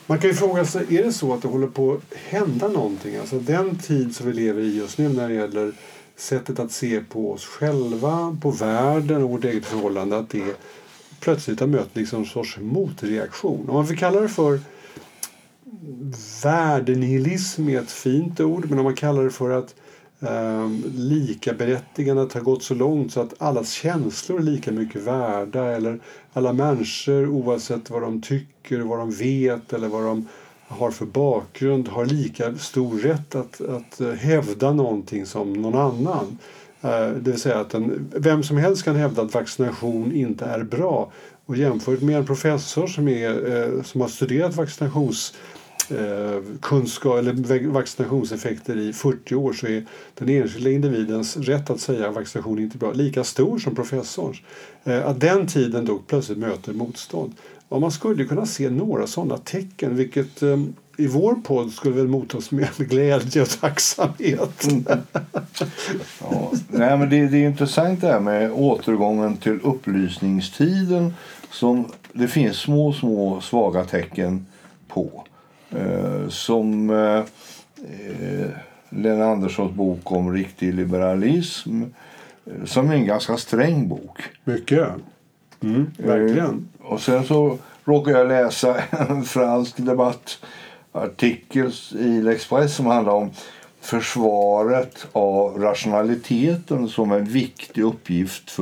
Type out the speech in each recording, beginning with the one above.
Man kan ju fråga sig, är det så att det håller på att hända någonting? Alltså den tid som vi lever i just nu när det gäller sättet att se på oss själva, på världen och vårt eget förhållande, att det plötsligt har mött liksom en sorts motreaktion. Om man får kalla det för värdenihilism är ett fint ord, men om man kallar det för att likaberättigandet har gått så långt så att allas känslor är lika mycket värda, eller alla människor oavsett vad de tycker, vad de vet eller vad de har för bakgrund har lika stor rätt att hävda någonting som någon annan. Det vill säga att vem som helst kan hävda att vaccination inte är bra, och jämfört med en professor som har studerat kunskap eller vaccinationseffekter i 40 år, så är den enskilda individens rätt att säga att vaccination inte är bra lika stor som professorns. Att den tiden då plötsligt möter motstånd. Och man skulle kunna se några sådana tecken, vilket i vår podd skulle väl mottas med glädje och tacksamhet. Ja, nej, men det är intressant det här med återgången till upplysningstiden, som det finns små svaga tecken på. Som Lena Anderssons bok om riktig liberalism, som är en ganska sträng bok. Mycket. Verkligen. Och sen så råkar jag läsa en fransk debattartikel i L'Express som handlar om försvaret av rationaliteten som en viktig uppgift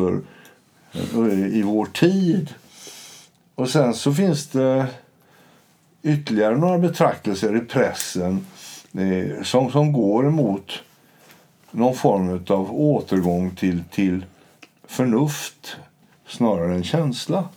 i vår tid. Och sen så finns det ytterligare några betraktelser i pressen som går emot någon form av återgång till förnuft snarare än känsla.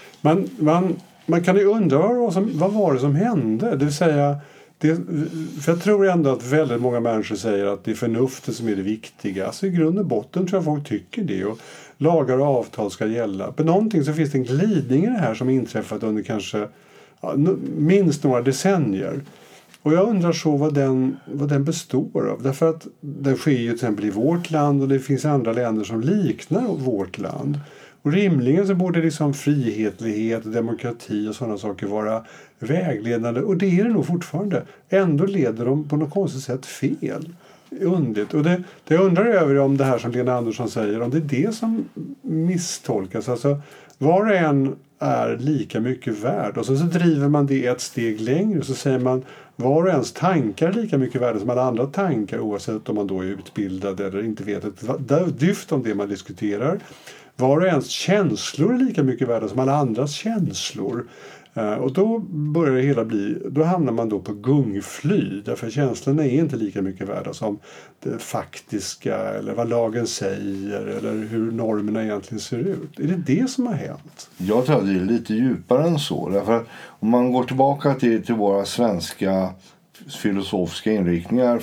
Man kan ju undra vad var det som hände? Det vill säga, för jag tror ändå att väldigt många människor säger att det är förnuftet som är det viktiga. Alltså i grund och botten tror jag folk tycker det, och lagar och avtal ska gälla. På någonting så finns det en glidning i det här som inträffat under kanske minst några decennier. Och jag undrar så vad den består av. Därför att den sker ju till exempel i vårt land, och det finns andra länder som liknar vårt land. Och rimligen så borde liksom frihetlighet, demokrati och sådana saker vara vägledande. Och det är det nog fortfarande. Ändå leder de på något konstigt sätt fel. Undligt. Och det jag undrar över om det här som Lena Andersson säger, om det är det som misstolkas. Alltså var och en är lika mycket värd. Och så driver man det ett steg längre, och så säger man var och ens tankar är lika mycket värda som alla andra tankar, oavsett om man då är utbildad eller inte vet ett dyft om det man diskuterar. Var och ens känslor är lika mycket värda som alla andras känslor. Och då börjar det hela då hamnar man då på gungfly, därför känslorna är inte lika mycket värda som det faktiska eller vad lagen säger eller hur normerna egentligen ser ut. Är det som har hänt? Jag tror att det är lite djupare än så, därför om man går tillbaka till våra svenska filosofiska inriktningar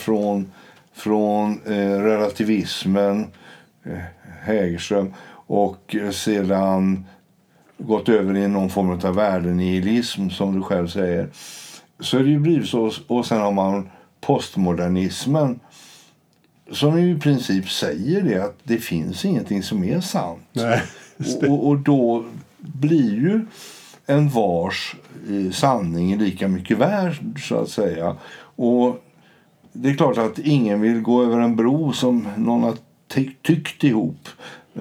från relativismen, Hägerström, och sedan gått över i någon form av värdenihilism som du själv säger, så är det ju blivit så. Och sen har man postmodernismen som ju i princip säger det, att det finns ingenting som är sant. Nej, och då blir ju en vars sanning lika mycket värd, så att säga. Och det är klart att ingen vill gå över en bro som någon har tyckt ihop.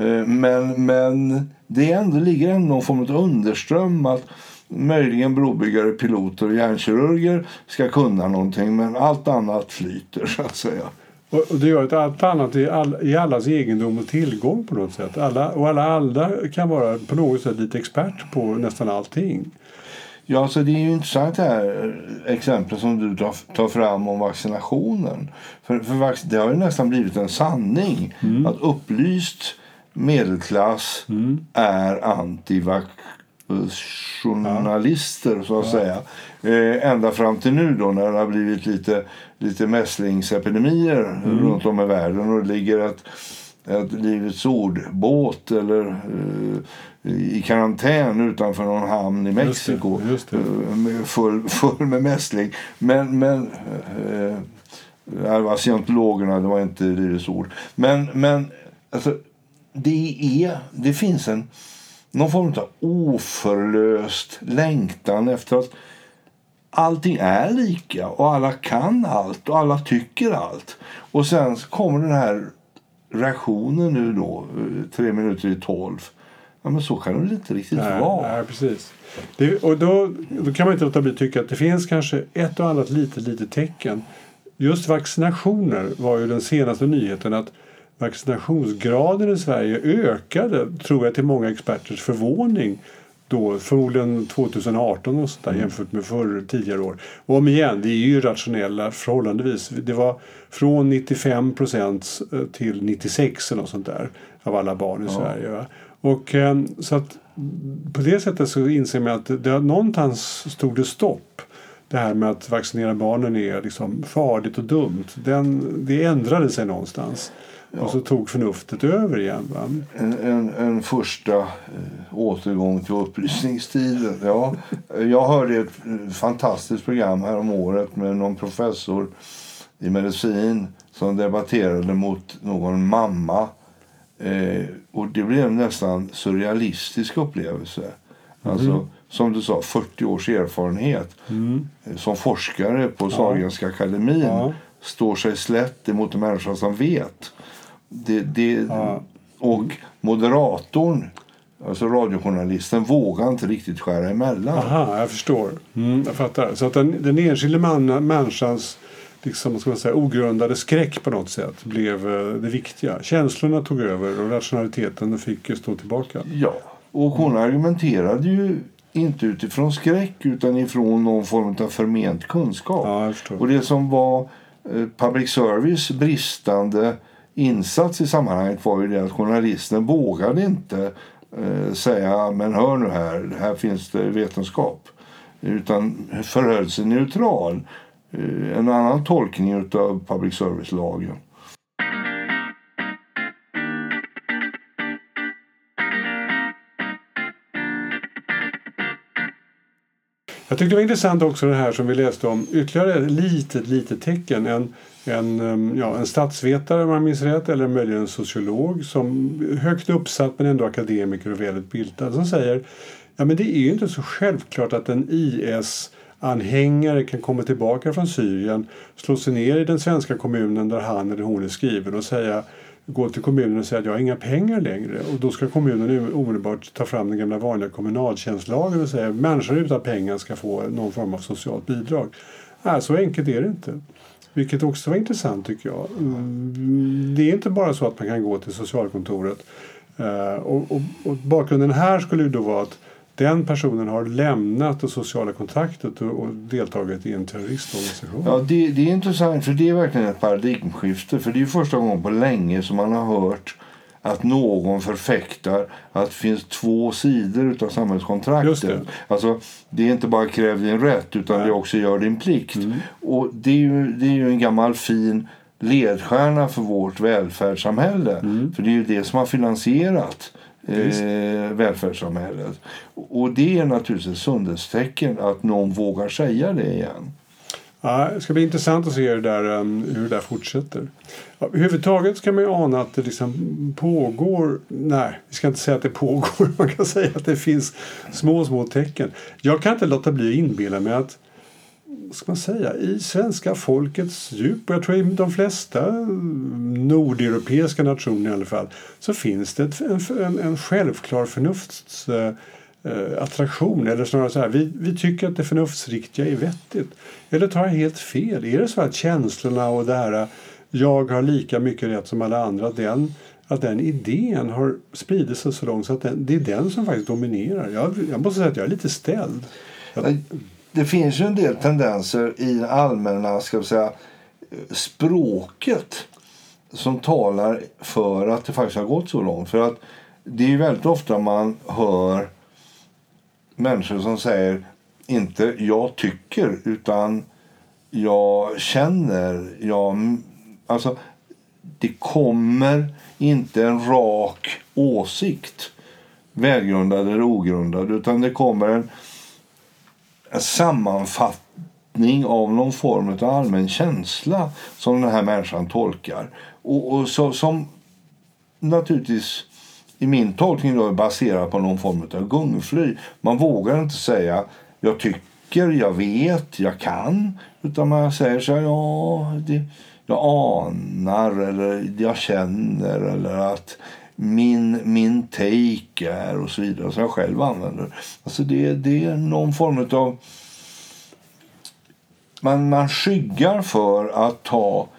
Men det ändå ligger ändå någon form av underström att möjligen brobyggare, piloter och hjärnkirurger ska kunna någonting, men allt annat flyter, så att säga. Och det gör att allt annat är i allas egendom och tillgång på något sätt. Alla kan vara på något sätt lite expert på nästan allting. Ja, så det är ju intressant här exempel som du tar fram om vaccinationen. För det har ju nästan blivit en sanning att upplyst medelklass är antivaccinationalister, så att säga. Ända fram till nu då, när det har blivit lite mässlingsepidemier runt om i världen, och det ligger ett Livets Ord-båt eller i karantän utanför någon hamn i Mexiko, just det. Full med mässling. Men scientologerna, det var inte Livets Ord. Men alltså, det finns någon form av oförlöst längtan efter att allting är lika och alla kan allt och alla tycker allt. Och sen kommer den här reaktionen nu då, 3:12. Ja, men så kan det väl inte riktigt vara. Nej, precis. Och då kan man inte låta bli tycka att det finns kanske ett och annat litet tecken. Just vaccinationer var ju den senaste nyheten, att vaccinationsgraden i Sverige ökade, tror jag, till många experters förvåning då, förmodligen 2018 och sådär, jämfört med tidigare år. Och om igen, vi är ju rationella förhållandevis. Det var från 95% till 96% eller något sånt där av alla barn i Sverige. Va? Och så att på det sättet så inser man att någonstans stod det stopp. Det här med att vaccinera barnen är liksom farligt och dumt. Det ändrade sig någonstans. Ja. Och så tog förnuftet över igen. Va? En första återgång till upplysningstiden. Ja, jag hörde ett fantastiskt program här om året med någon professor i medicin som debatterade mot någon mamma. Och det blev en nästan surrealistisk upplevelse. Alltså, som du sa, 40 års erfarenhet som forskare på Sahlgrenska akademin står sig slätt emot en människa som vet. Och moderatorn, alltså radiojournalisten, vågar inte riktigt skära emellan. Aha, jag förstår. Jag fattar. Så att den enskilde människans liksom, ska man säga, ogrundade skräck på något sätt blev det viktiga. Känslorna tog över och rationaliteten fick stå tillbaka. Ja, och hon argumenterade ju inte utifrån skräck utan ifrån någon form av förment kunskap. Ja, jag förstår. Och det som var public service bristande insats i sammanhanget var ju det att journalisten vågade inte säga, men hör nu här finns det vetenskap, utan förhöll sig neutral. En annan tolkning av public service-lagen. Jag tyckte det var intressant också det här som vi läste om. Ytterligare ett litet tecken. En statsvetare, om man minns rätt, eller möjligen en sociolog som högt uppsatt men ändå akademiker och välutbildad, som säger, ja men det är ju inte så självklart att en IS-anhängare kan komma tillbaka från Syrien, slå sig ner i den svenska kommunen där han eller hon är skriven och gå till kommunen och säga att jag har inga pengar längre. Och då ska kommunen omedelbart ta fram den gamla vanliga kommunaltjänstlagen och säga att människor utan pengar ska få någon form av socialt bidrag. Så enkelt är det inte. Vilket också var intressant, tycker jag. Det är inte bara så att man kan gå till socialkontoret. Och bakgrunden här skulle ju då vara att den personen har lämnat det sociala kontraktet och deltagit i en terroristorganisation. Ja, det är intressant, för det är verkligen ett paradigmskifte. För det är första gången på länge som man har hört att någon förfäktar att det finns två sidor av samhällskontraktet. Just det. Alltså, det är inte bara kräv din rätt utan det också gör din plikt. Och det är ju en gammal fin ledstjärna för vårt välfärdssamhälle. För det är ju det som har finansierat välfärdssamhället. Och det är naturligtvis ett sundhetstecken att någon vågar säga det igen. Ja, det ska bli intressant att se hur det där fortsätter. Ja, överhuvudtaget ska man ju ana att det liksom pågår. Nej, vi ska inte säga att det pågår. Man kan säga att det finns små tecken. Jag kan inte låta bli att inbilla mig att, ska man säga, i svenska folkets djup, och jag tror i de flesta nordeuropeiska nationer i alla fall, så finns det en självklar attraktion, eller snarare så här, vi tycker att det förnuftsriktiga är vettigt. Eller tar jag helt fel? Är det så att känslorna och det här, jag har lika mycket rätt som alla andra, att den idén har spridit sig så långt så att det är den som faktiskt dominerar? Jag måste säga att jag är lite ställd. Det finns ju en del tendenser i allmänna, ska vi säga, språket som talar för att det faktiskt har gått så långt. För att det är ju väldigt ofta man hör människor som säger inte jag tycker utan jag känner. Alltså, det kommer inte en rak åsikt, välgrundad eller ogrundad, utan det kommer en sammanfattning av någon form av allmän känsla som den här människan tolkar. Och så, som naturligtvis i min tolkning då är baserad på någon form av gungfly. Man vågar inte säga jag tycker, jag vet, jag kan. Utan man säger så här, jag anar eller jag känner eller att min take är och så vidare som jag själv använder. Alltså det är någon form av... Man skyggar för att ta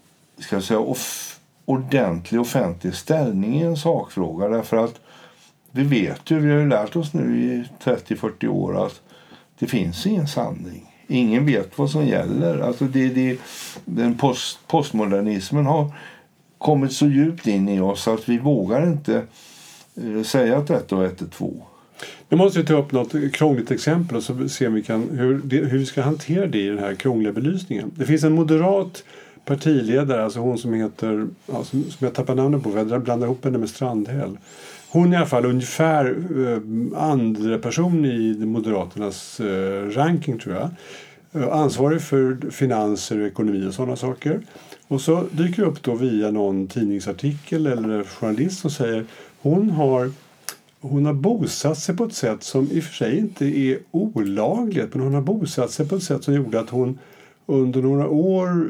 ordentlig offentlig ställning i en sakfråga. Därför att vi har ju lärt oss nu i 30-40 år att det finns ingen sanning. Ingen vet vad som gäller. Alltså den postmodernismen har kommit så djupt in i oss att vi vågar inte säga att 1 och 1 är 2. Nu måste vi ta upp något krångligt exempel och så se om vi kan, hur vi ska hantera det i den här krångliga belysningen. Det finns en moderat partiledare, alltså hon som heter, som jag tappar namnet på, jag blandar ihop henne med Strandhäll. Hon är i alla fall ungefär andra person i Moderaternas ranking, tror jag. Ansvarig för finanser och ekonomi och sådana saker. Och så dyker det upp då via någon tidningsartikel eller journalist som säger hon har bosatt sig på ett sätt som i och för sig inte är olagligt, men hon har bosatt sig på ett sätt som gjorde att hon under några år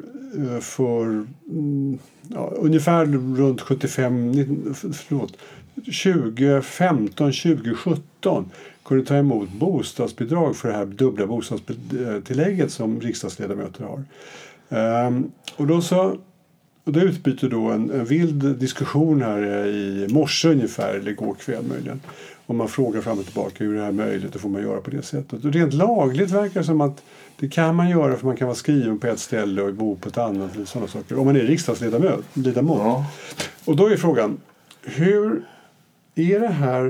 ungefär runt 2015-2017 kunde ta emot bostadsbidrag för det här dubbla bostadstillägget som riksdagsledamöter har. Och det utbyter då en vild diskussion här i morse ungefär, eller igår kväll möjligen. Och man frågar fram och tillbaka hur det här är möjligt och får man göra på det sättet. Och rent lagligt verkar det som att det kan man göra för man kan vara skriven på ett ställe och bo på ett annat eller sådana saker. Om man är riksdagsledamot. Ja. Och då är frågan, hur är det här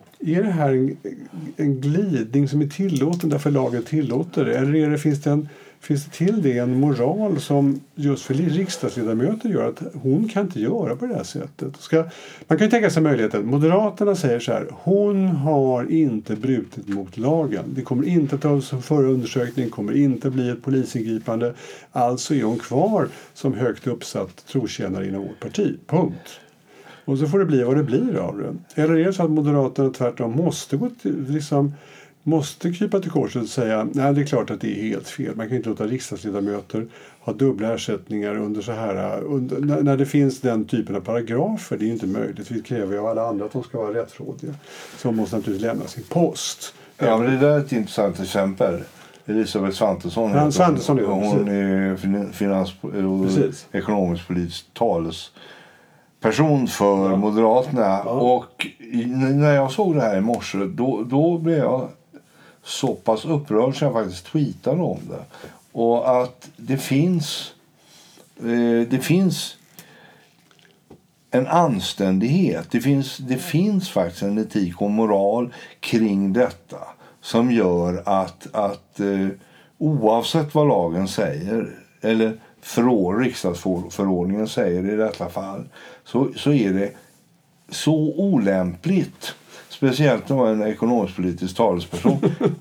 en glidning som är tillåten därför lagen tillåter det? Eller finns det till det en moral som just för riksdagsledamöter gör att hon kan inte göra på det här sättet? Man kan ju tänka sig möjligheten. Moderaterna säger så här, hon har inte brutit mot lagen. Det kommer inte att ta som förra undersökning, kommer inte att bli ett polisingripande. Alltså är hon kvar som högt uppsatt trotjänare inom vårt parti. Punkt. Och så får det bli vad det blir av det. Eller är det så att Moderaterna tvärtom måste krypa till korset och säga nej, det är klart att det är helt fel. Man kan inte låta riksdagsledamöter ha dubbla ersättningar när det finns den typen av paragrafer. Det är inte möjligt. Vi kräver ju av alla andra att de ska vara rättrådiga. Så de måste naturligtvis lämna sin post. Ja, men det där är ett intressant exempel. Elisabeth Svantesson. Hon är ekonomisk politisk talesperson för Moderaterna. Ja. Och när jag såg det här i morse då blev jag så pass upprörd så jag faktiskt tweetade om det. Och att det finns en anständighet. Det finns faktiskt en etik och moral kring detta som gör att oavsett vad lagen säger eller riksdagsförordningen säger i detta fall så är det så olämpligt, speciellt om man är en ekonomisk-politisk talesperson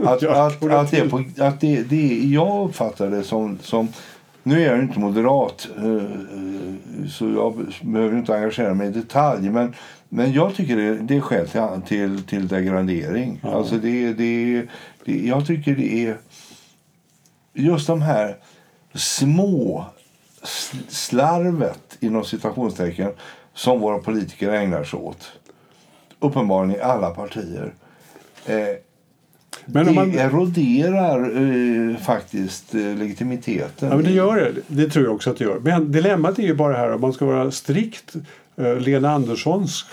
jag uppfattar det som nu är jag inte moderat så jag behöver inte engagera mig i detalj, men jag tycker det är skäl till degradering. Ja. Alltså jag tycker det är just de här små slarvet inom citationstecken som våra politiker ägnar sig åt. Uppenbarligen i alla partier. Men det eroderar faktiskt legitimiteten. Ja, men det gör det. Det tror jag också att det gör. Men dilemmat är ju bara här, om man ska vara strikt Lena Anderssonsk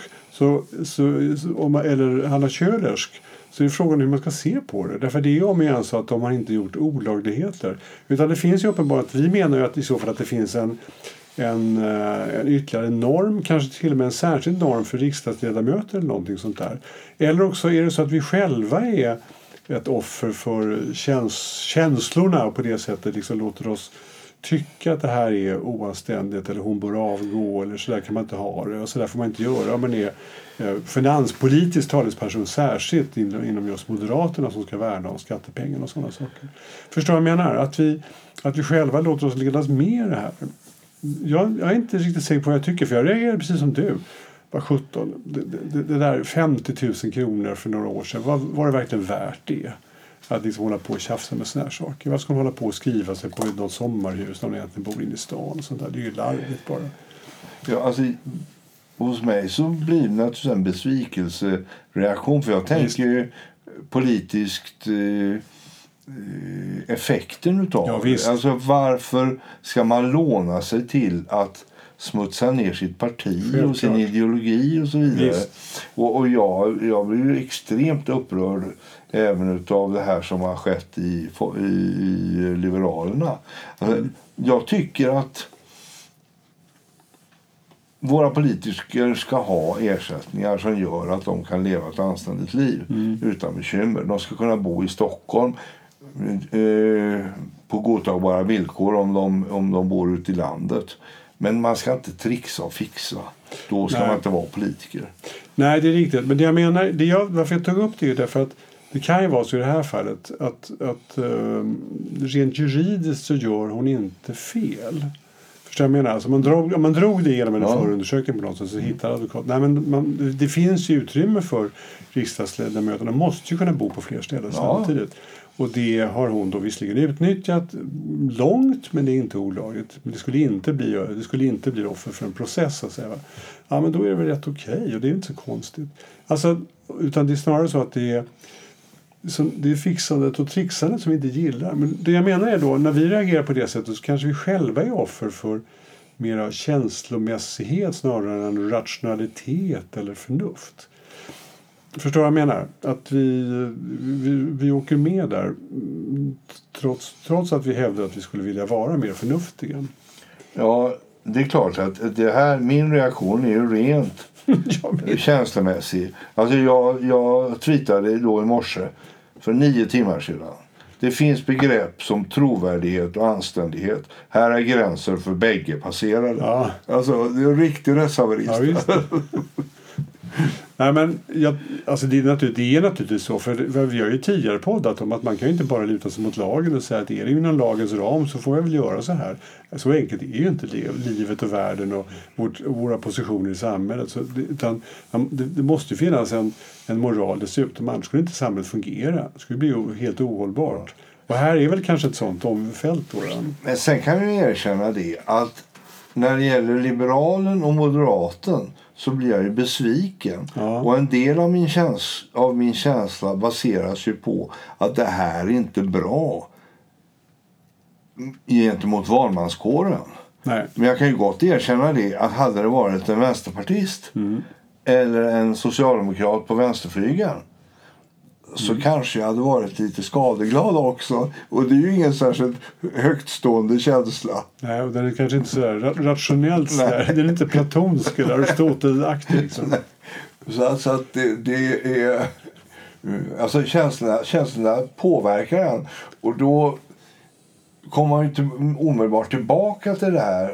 eller Hanna Kjölersk, så är frågan hur man ska se på det. Därför det är ju om igen så att de har inte gjort olagligheter. Utan det finns ju uppenbart, vi menar ju att i så fall att det finns en ytterligare norm, kanske till och med en särskild norm för riksdagsledamöter eller någonting sånt där. Eller också är det så att vi själva är ett offer för känslorna och på det sättet liksom låter oss tycka att det här är oanständigt eller hon bör avgå eller så där kan man inte ha det och så där får man inte göra om man är finanspolitisk talesperson, särskilt inom just Moderaterna som ska värna om skattepengar och sådana saker. Förstår jag menar? Att vi själva låter oss ledas med i det här. Jag är inte riktigt säker på vad jag tycker, för jag reagerar precis som du. Var 17. Det där 50 000 kronor för några år sedan, var det verkligen värt det? att liksom hålla på och tjafsa med såna här saker. Vad ska hon hålla på och skriva sig på något sommarhus när hon egentligen bor inne i stan och sånt där? Det är ju larvigt bara. Ja, alltså, hos mig så blir det naturligtvis en besvikelsereaktion. För jag tänker ju politiskt effekten utav det. Alltså varför ska man låna sig till att smutsa ner sitt parti och sin ideologi och så vidare. Och jag blir ju extremt upprörd även utav det här som har skett i Liberalerna. Alltså, jag tycker att våra politiker ska ha ersättningar som gör att de kan leva ett anständigt liv utan bekymmer. De ska kunna bo i Stockholm på godtagbara villkor om de bor ute i landet. Men man ska inte trixa och fixa. Då ska man inte vara politiker. Nej, det är riktigt. Men det jag menar, varför jag tog upp det är därför att det kan ju vara så i det här fallet att rent juridiskt så gör hon inte fel. Förstår jag menar? Alltså om man drog det genom en förundersökning på något sätt så hittar advokat. Nej, men det finns ju utrymme för riksdagsledamöterna. De måste ju kunna bo på fler ställen samtidigt. Och det har hon då visserligen utnyttjat långt, men det är inte olagligt. Men det skulle inte bli offer för en process så att säga. Ja, men då är det väl rätt okej och det är inte så konstigt. Alltså, utan det är snarare så att det är fixandet och trixandet som vi inte gillar. Men det jag menar är då, när vi reagerar på det sättet så kanske vi själva är offer för mera känslomässighet snarare än rationalitet eller förnuft. Förstår vad jag menar? Att vi åker med där trots att vi hävdar att vi skulle vilja vara mer förnuftiga. Ja, det är klart att min reaktion är ju rent känslomässig. Alltså jag tweetade då i morse för 9 timmar sedan. Det finns begrepp som trovärdighet och anständighet. Här är gränser för bägge passerade. Ja. Alltså, det är en riktig rättshaverist. Ja, nej, men alltså det är naturligtvis så, för vi har ju tidigare poddat om att man kan ju inte bara luta sig mot lagen och säga att är det inom lagens ram så får jag väl göra så här. Så enkelt är ju inte livet och världen och våra positioner i samhället. Utan det måste finnas en moral dessutom, annars skulle inte samhället fungera. Det skulle bli helt ohållbart. Och här är väl kanske ett sånt omfält då. Men sen kan vi erkänna det att när det gäller liberalen och moderaten så blir jag ju besviken. Ja. Och en del av min känsla baseras ju på att det här är inte bra gentemot valmanskåren. Nej. Men jag kan ju gott erkänna det att hade det varit en vänsterpartist eller en socialdemokrat på vänsterflygeln så kanske jag hade varit lite skadeglad också. Och det är ju ingen särskilt högtstående känsla. Nej, och den är kanske inte så rationellt sådär. Den är inte platonsk eller aristotelaktig liksom. Så att det är... Alltså känslorna påverkar en. Och då kommer man ju inte omedelbart tillbaka till det här...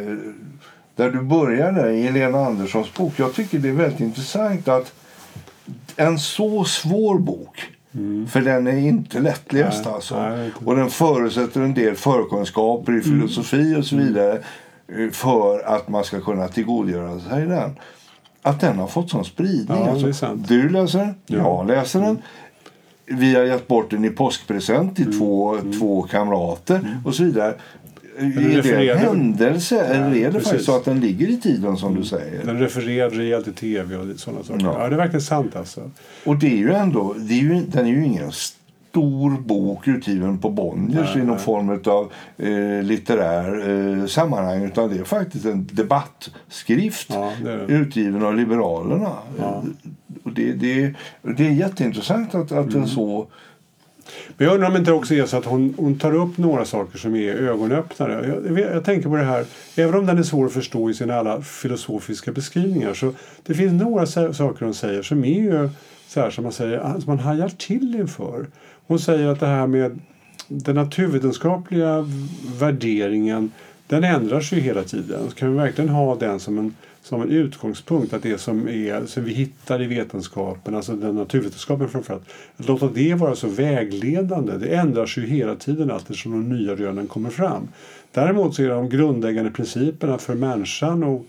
där du började i Helena Anderssons bok. Jag tycker det är väldigt intressant att en så svår bok, för den är inte lättläst och den förutsätter en del förkunskaper i filosofi och så vidare för att man ska kunna tillgodogöra sig den. Att den har fått sån spridning. Ja, alltså, du läser den, jag läser den. Vi har gett bort den i påskpresent till två kamrater och så vidare. Är det en händelse eller är det faktiskt så att den ligger i tiden som du säger? Den refererar rejält i tv och sådana saker. Ja, det är verkligen sant alltså. Och det är ju ändå, den är ju ingen stor bok utgiven på Bonniers i någon form av litterär sammanhang, utan det är faktiskt en debattskrift utgiven av Liberalerna. Ja. Och det är jätteintressant att den så... Men jag undrar om inte också är så att hon tar upp några saker som är ögonöppnare. Jag tänker på det här, även om den är svår att förstå i sina alla filosofiska beskrivningar, så det finns några saker hon säger som är ju så här som man säger, som man hajar till inför. Hon säger att det här med den naturvetenskapliga värderingen, den ändrar sig hela tiden. Så kan vi verkligen ha den som en utgångspunkt, att det som vi hittar i vetenskapen, alltså den naturvetenskapen framförallt, att låta det vara så vägledande. Det ändras ju hela tiden allt eftersom de nya rönen kommer fram. Däremot så är de grundläggande principerna för människan och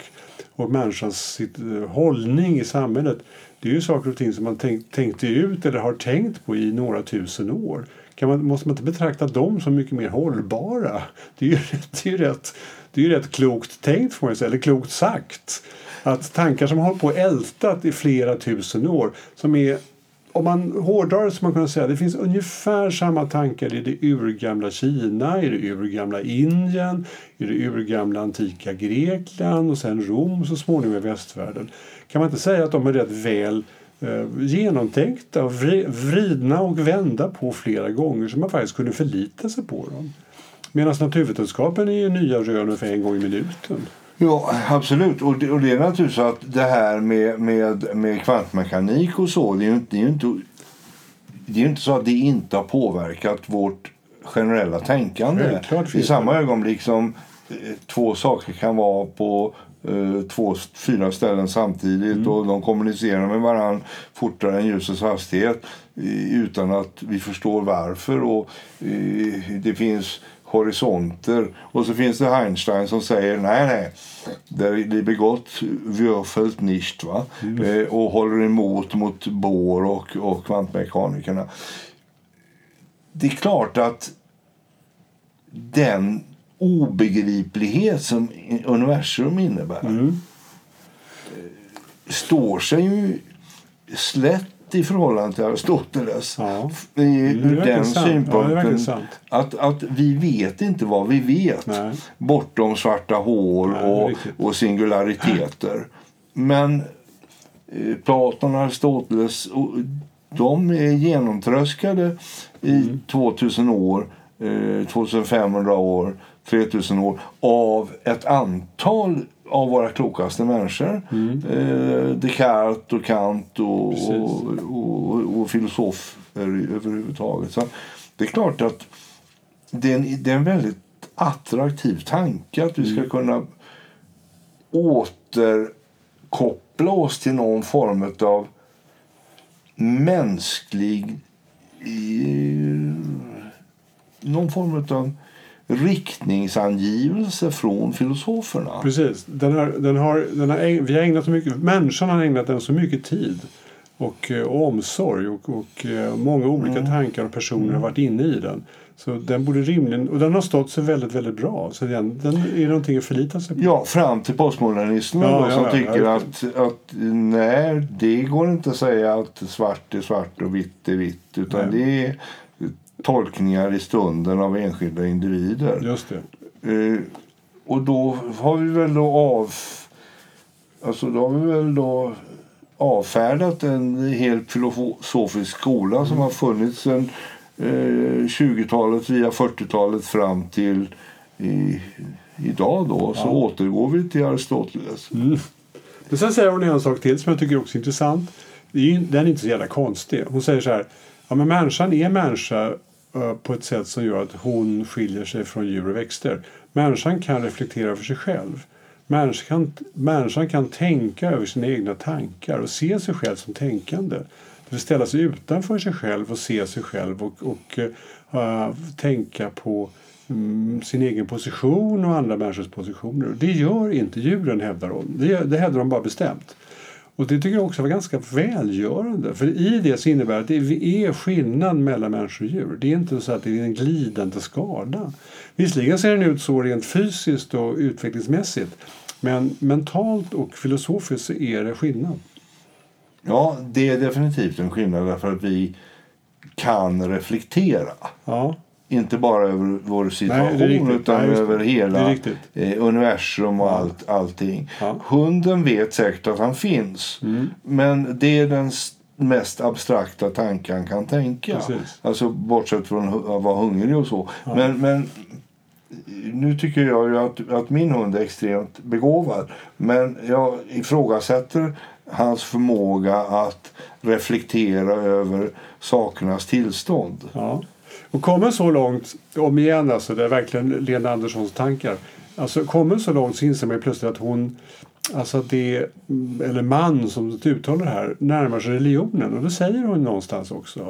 och människans hållning i samhället, det är ju saker och ting som man tänkte ut eller har tänkt på i några tusen år. Måste man inte betrakta dem som mycket mer hållbara? Det är ju rätt klokt tänkt, får man säga, eller klokt sagt. Att tankar som har på ältat i flera tusen år, som är, om man hårdrar det, så man kan säga, det finns ungefär samma tankar i det urgamla Kina, i det urgamla Indien, i det urgamla antika Grekland och sen Rom, så småningom i västvärlden. Kan man inte säga att de är rätt väl genomtänkta och vridna och vända på flera gånger, så man faktiskt kunde förlita sig på dem? Medan naturvetenskapen är ju nya rön för en gång i minuten. Ja, absolut. Och det är naturligtvis så att det här med kvantmekanik och så, det är ju inte så att det inte har påverkat vårt generella tänkande. I samma ögonblick som två saker kan vara på 4 ställen samtidigt och de kommunicerar med varandra fortare än ljusets hastighet utan att vi förstår varför, och det finns horisonter, och så finns det Einstein som säger nej, det begått Würfelt nicht, va? Och håller emot mot Bohr och kvantmekanikerna. Det är klart att den obegriplighet som universum innebär står sig ju slätt i förhållande till Aristoteles. Ja. Ur den synpunkten att vi vet inte vad vi vet. Nej. Bortom svarta hål och singulariteter. Men Platon och Aristoteles, de är genomtröskade i 2000 år, 2500 år, 3000 år av ett antal av våra klokaste människor. Descartes och Kant och filosofer överhuvudtaget. Så det är klart att det är en väldigt attraktiv tanke att vi ska kunna återkoppla oss till någon form av mänsklig, någon form av riktningsangivelse från filosoferna. Precis. Vi har ägnat så mycket, människan har ägnat den så mycket tid och omsorg och många olika tankar och personer har varit inne i den. Så den borde rimligen, och den har stått sig väldigt, väldigt bra. Så den är någonting att förlita sig på. Ja, fram till postmodernisterna som tycker att nej, det går inte att säga att svart är svart och vitt är vitt, utan det är tolkningar i stunden av enskilda individer. Just det. Och då har vi väl avfärdat en helt filosofisk skola som har funnits sedan 20-talet via 40-talet fram till idag då. Så återgår vi till Aristoteles. Men sen säger hon en sak till som jag tycker också är intressant. Den är inte så jävla konstig. Hon säger så här: ja, men människan är människa på ett sätt som gör att hon skiljer sig från djur och växter. Människan kan reflektera för sig själv. Människan kan tänka över sina egna tankar och se sig själv som tänkande. Det vill ställa sig utanför sig själv och se sig själv och tänka på sin egen position och andra människors positioner. Det gör inte djuren, hävdar hon. Det hävdar de bara bestämt. Och det tycker jag också var ganska välgörande. För i det så innebär att det är skillnad mellan människor och djur. Det är inte så att det är en glidande skada. Visserligen ser den ut så rent fysiskt och utvecklingsmässigt. Men mentalt och filosofiskt så är det skillnad. Ja, det är definitivt en skillnad därför att vi kan reflektera. Ja. Inte bara över vår situation utan över hela universum och allting. Ja. Hunden vet säkert att han finns. Men det är den mest abstrakta tanken han kan tänka. Precis. Alltså bortsett från att vara hungrig och så. Ja. Men nu tycker jag ju att min hund är extremt begåvad. Men jag ifrågasätter hans förmåga att reflektera över sakernas tillstånd. Ja. Och kommer så långt, om igen alltså, det är verkligen Lena Anderssons tankar. Alltså kommer så långt så inser man plötsligt att hon, alltså det, eller man som uttalar det här, närmar sig religionen. Och då säger hon någonstans också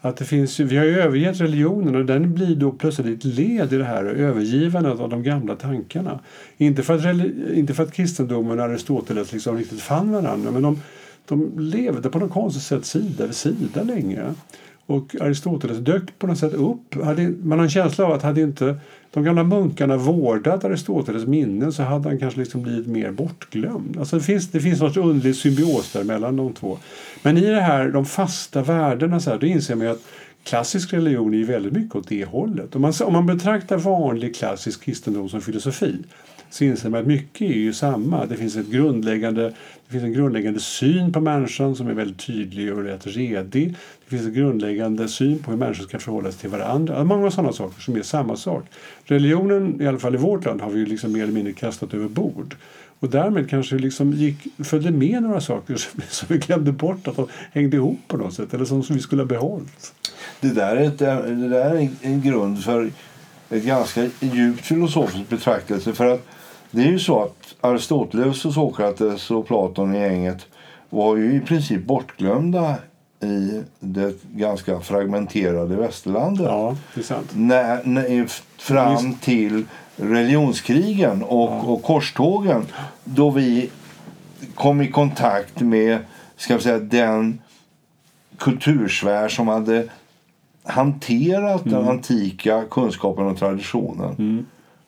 Att det finns, vi har ju övergett religionen och den blir då plötsligt ett led i det här övergivandet av de gamla tankarna. Inte för att kristendomen och Aristoteles liksom riktigt fann varandra, men de levde på något konstigt sätt sida vid sida länge. Och Aristoteles dök på något sätt upp. Man har en känsla av att hade inte de gamla munkarna vårdat Aristoteles minne så hade han kanske liksom blivit mer bortglömd. Alltså det finns något underlig symbios där mellan de två. Men i det här, de fasta värdena, så här, då inser man att klassisk religion är väldigt mycket åt det hållet. Om man betraktar vanlig klassisk kristendom som filosofi så inser man att mycket är ju samma. Det finns en grundläggande syn på människan som är väldigt tydlig och rätt redig. Det finns en grundläggande syn på hur människor ska förhålla sig till varandra. Många sådana saker som är samma sak. Religionen, i alla fall i vårt land, har vi ju liksom mer eller mindre kastat över bord. Och därmed kanske liksom följde med några saker som vi glömde bort att de hängde ihop på något sätt. Eller som vi skulle ha behållit. Det där är en grund för ett ganska djupt filosofiskt betraktelse. För att det är ju så att Aristoteles och Sokrates och Platon i gänget var ju i princip bortglömda i det ganska fragmenterade västerlandet. Ja, det är sant. Fram till religionskrigen och korstågen, då vi kom i kontakt med, ska vi säga, den kultursfär som hade hanterat den antika kunskapen och traditionen.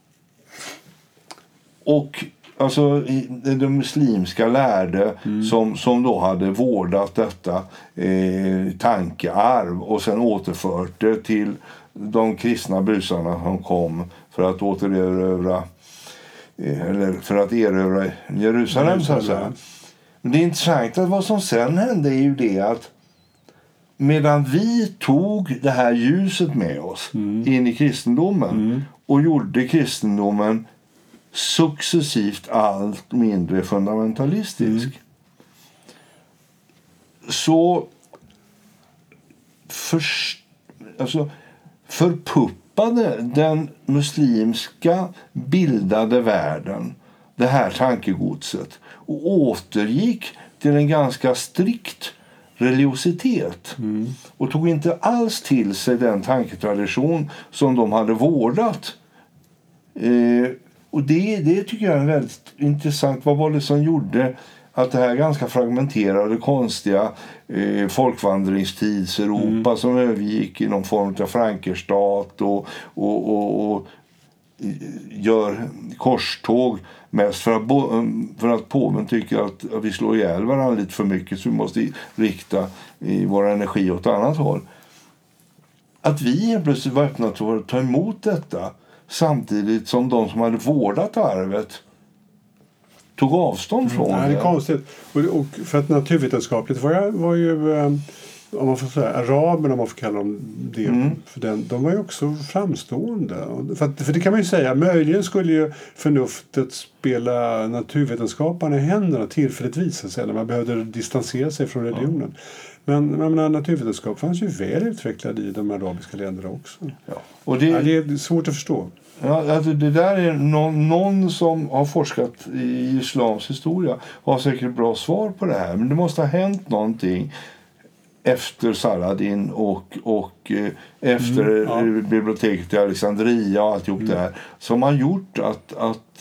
Och alltså de muslimska lärde som då hade vårdat detta tankearv och sen återfört det till de kristna busarna som kom för att återerövra eller för att erövra Jerusalem, så att säga. Men det är intressant att vad som sen hände är ju det att medan vi tog det här ljuset med oss in i kristendomen och gjorde kristendomen successivt allt mindre fundamentalistisk, så förpuppade den muslimska bildade världen det här tankegodset och återgick till en ganska strikt religiositet och tog inte alls till sig den tanketradition som de hade vårdat. Och det tycker jag är väldigt intressant. Vad var det som gjorde att det här ganska fragmenterade, konstiga folkvandringstids Europa som övergick i någon form av Frankerstat och gör korståg mest för att påven tycker att vi slår ihjäl varandra lite för mycket, så vi måste rikta vår energi åt annat håll. Att vi plötsligt var öppna för att ta emot detta samtidigt som de som hade vårdat arvet tog avstånd från det. Det är konstigt. Och för att naturvetenskapligt var ju om man får säga araberna, om man får kalla dem det, för de var ju också framstående. För det kan man ju säga, möjligen skulle ju förnuftet spela naturvetenskaparna i händerna tillfälligt visa sig när man behövde distansera sig från religionen. Men naturvetenskap fanns ju väl utvecklad i de arabiska länderna också. Ja. Och det är svårt att förstå. Ja, alltså det där är någon som har forskat i islams historia har säkert bra svar på det här. Men det måste ha hänt någonting efter Saladin och efter biblioteket i Alexandria och alltihop det här, som har gjort att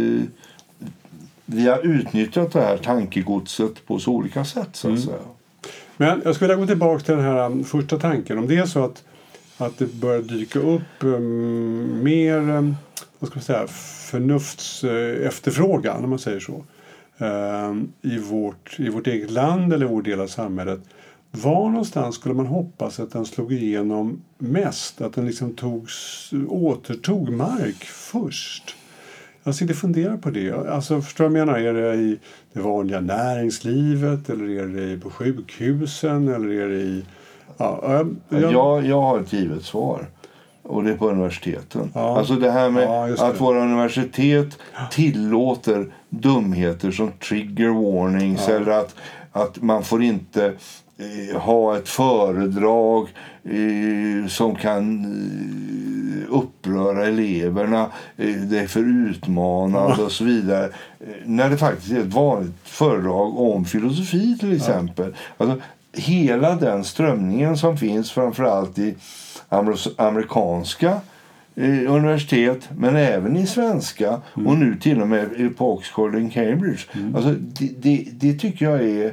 vi har utnyttjat det här tankegodset på så olika sätt, så att säga. Men jag skulle vilja gå tillbaka till den här första tanken. Om det är så att det börjar dyka upp mer, vad ska man säga, förnufts efterfrågan, om man säger så, i vårt eget land eller vår del av samhället. Var någonstans skulle man hoppas att den slog igenom mest? Att den liksom återtog mark först? Jag sitter och funderar på det. Alltså, förstår jag menar? Är det i det vanliga näringslivet? Eller är det på sjukhusen? Eller är det i... Jag har ett givet svar. Och det är på universiteten. Ja. Alltså det här med att våra universitet tillåter dumheter som trigger warnings. Eller att man får inte ha ett föredrag som kan uppröra eleverna, det är för utmanande och så vidare, när det faktiskt är ett vanligt föredrag om filosofi till exempel. Alltså, hela den strömningen som finns framförallt i amerikanska universitet, men även i svenska och nu till och med på Oxford och Cambridge. Alltså det tycker jag är...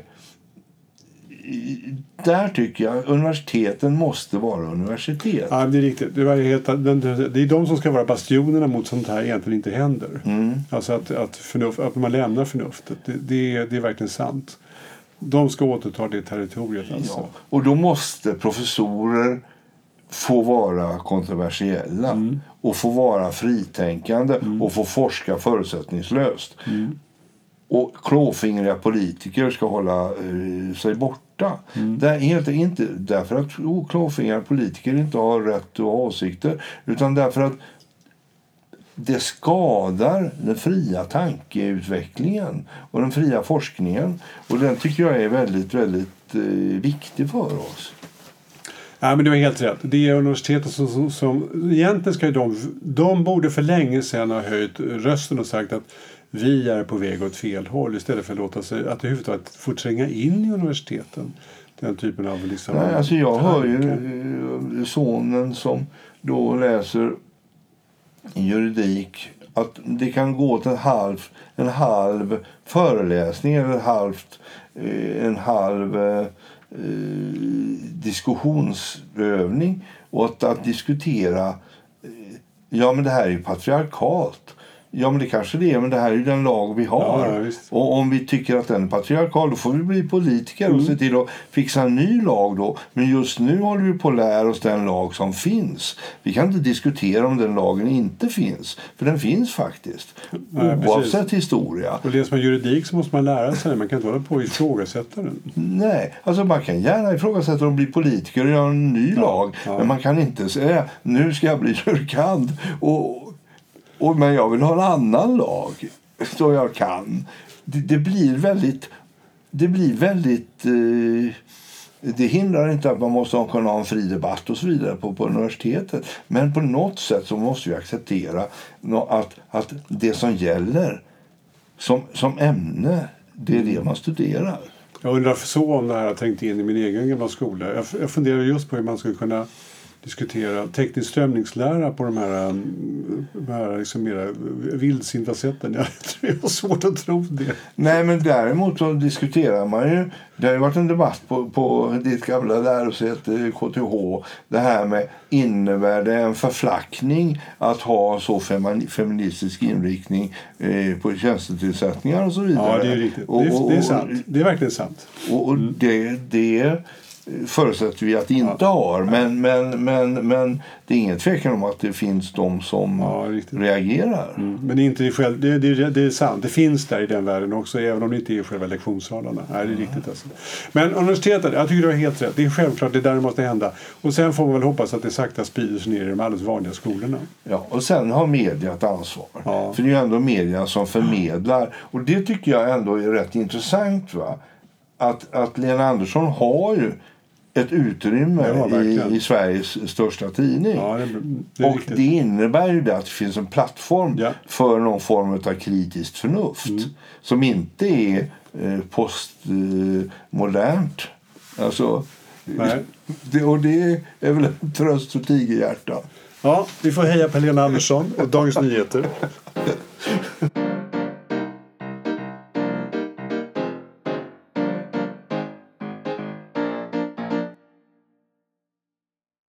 Där tycker jag universiteten måste vara universitet. Ja, det är riktigt. Det är de som ska vara bastionerna mot sånt här egentligen inte händer. Alltså att man lämnar förnuftet. Det är verkligen sant. De ska återta det territoriet. Alltså. Ja, och då måste professorer få vara kontroversiella och få vara fritänkande och få forska förutsättningslöst. Och klåfingriga politiker ska hålla sig borta. Det är helt inte därför att klåfingriga politiker inte har rätt och åsikter, utan därför att det skadar den fria tankeutvecklingen och den fria forskningen. Och den tycker jag är väldigt, väldigt viktig för oss. Ja, men det var helt rätt. Det är universiteten som egentligen ska de borde för länge sedan ha höjt rösten och sagt att vi är på väg åt fel håll istället för att låta sig att överhuvudtaget få tränga in i universiteten. Den typen av liksom... Nej, alltså jag hör ju sonen som då läser juridik att det kan gå till en halv föreläsning eller en halv diskussionsövning och att diskutera men det här är ju patriarkalt. Ja, men det kanske det är, men det här är ju den lag vi har. Ja, och om vi tycker att den är patriarkal, då får vi bli politiker och se till att fixa en ny lag då. Men just nu håller vi på att lära oss den lag som finns. Vi kan inte diskutera om den lagen inte finns, för den finns faktiskt. Oavsett historia. Och det som är juridik så måste man lära sig. Man kan inte hålla på och ifrågasätta den. Nej, alltså man kan gärna ifrågasätta och bli politiker och göra en ny lag. Men man kan inte säga, nu ska jag bli jurikant men jag vill ha en annan lag så jag kan. Det blir väldigt det hindrar inte att man måste kunna ha en fri debatt och så vidare på universitetet. Men på något sätt så måste vi acceptera att det som gäller som ämne, det är det man studerar. Jag undrar så om det här har tänkt in i min egen gamla skola. Jag funderar just på hur man skulle kunna diskutera teknisk strömningslära på de här liksom mera vildsinta sätten. Jag tror det var svårt att tro det. Nej, men däremot så diskuterar man ju, det har ju varit en debatt på ditt gamla lärosäte KTH, det här med innebär det en förflackning att ha så feministisk inriktning på tjänstetillsättningar och så vidare. Ja, det är riktigt. Det är sant. Det är verkligen sant. Och det förutsätter vi att det inte har, men det är ingen tvekan om att det finns de som reagerar. Men det är inte själv, det är sant, det finns där i den världen också, även om det inte är själva lektionssalarna. Nej, det är riktigt alltså. Men universitetet, jag tycker du har helt rätt, det är självklart, det är där det måste hända. Och sen får man väl hoppas att det sakta sprider sig ner i de alldeles vanliga skolorna. Ja, och sen har media ett ansvar. Ja. För det är ju ändå media som förmedlar, och det tycker jag ändå är rätt intressant, va? Att Lena Andersson har ju ett utrymme i Sveriges största tidning. Ja, det och det innebär ju det att det finns en plattform för någon form av kritiskt förnuft som inte är postmodernt. Alltså, och det är väl en tröst för tigerhjärta. Ja, vi får heja på Lena Andersson och Dagens Nyheter.